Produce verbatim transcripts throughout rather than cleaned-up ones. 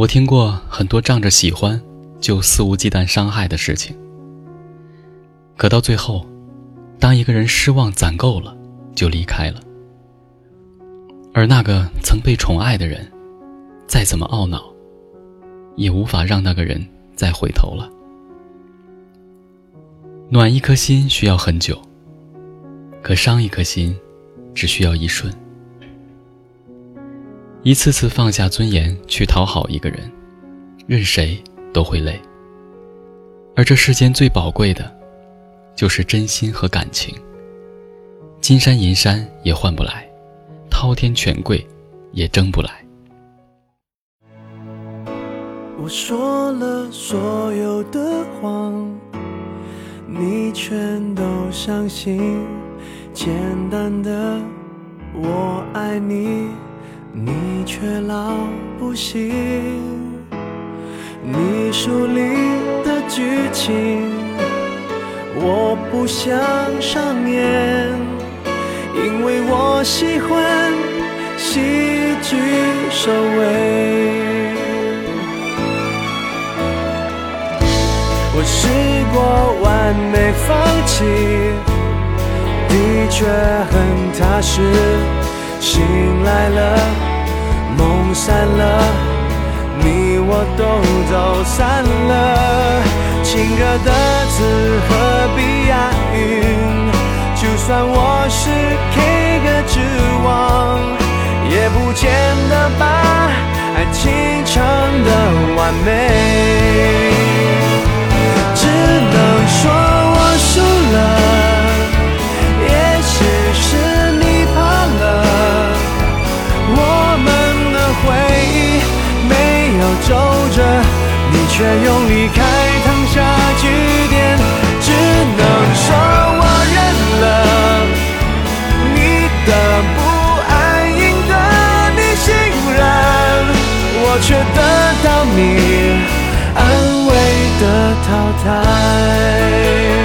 我听过很多仗着喜欢就肆无忌惮伤害的事情，可到最后，当一个人失望攒够了，就离开了。而那个曾被宠爱的人，再怎么懊恼，也无法让那个人再回头了。暖一颗心需要很久，可伤一颗心只需要一瞬。一次次放下尊严去讨好一个人，任谁都会累。而这世间最宝贵的，就是真心和感情。金山银山也换不来，滔天权贵也争不来。 我说了所有的谎，你全都相信。简单的我爱你，你却老不信。你书里的剧情我不想上演，因为我喜欢戏剧收尾。我试过完美放弃，的确很踏实。醒来了，梦散了，你我都走散了。情歌的词何必押韵？就算我是 K 歌之王，也不见得把爱情唱得完美。只能说我输了，也许是你怕了，我们的回忆没有皱着，你却用离开烫下句点。只能说我认了，你的不安赢得你信任，我却得到你安慰的淘汰。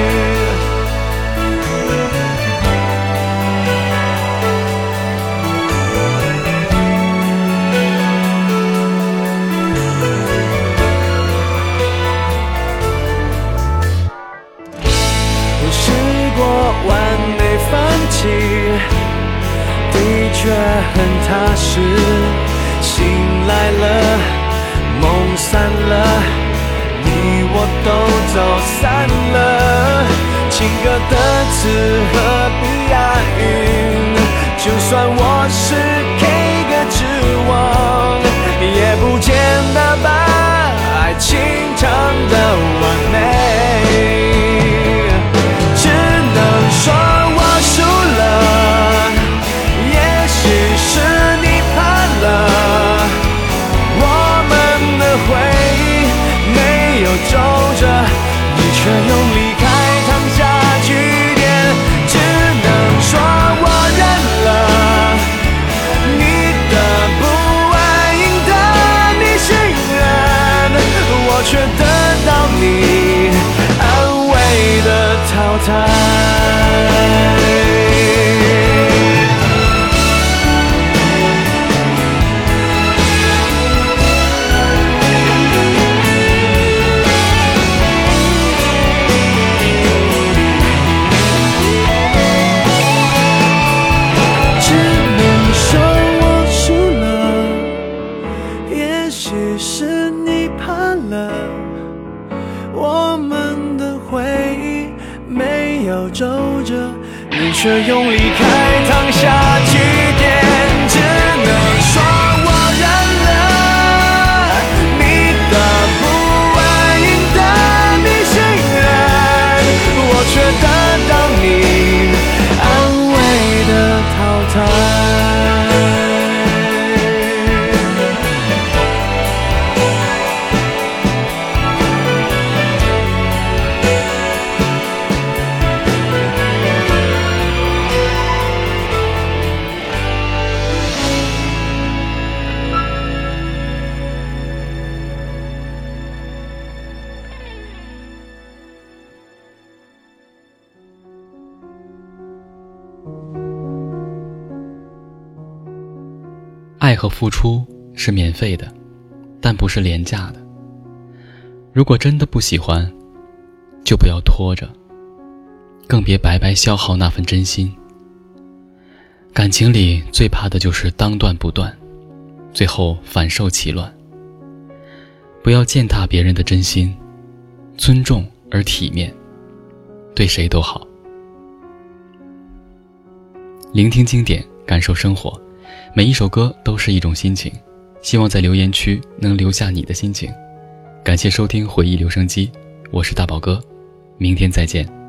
我试过完美放弃，的确很踏实。醒来了，梦散了，你我都走散了。情歌的词何必押韵？就算我是 K 歌之王，也不见得把爱情唱得完美。只能说我输了，也许是你怕了，我们的回忆没有皱着，你却用离开烫下句点。只能说我认了，你的不安赢得你信任，我却得到你安慰的淘汰。皱着，你却用离开烫下句点。只能说我认了，你的不安赢得你信任，我却得到你安慰的淘汰。 爱和付出是免费的， 但不是廉价的。如果真的不喜欢，就不要拖着，更别白白消耗那份真心。感情里最怕的就是当断不断，最后反受其乱。不要践踏别人的真心，尊重而体面，对谁都好。聆听经典，感受生活，每一首歌都是一种心情，希望在留言区能留下你的心情。感谢收听回忆留声机，我是大宝哥，明天再见。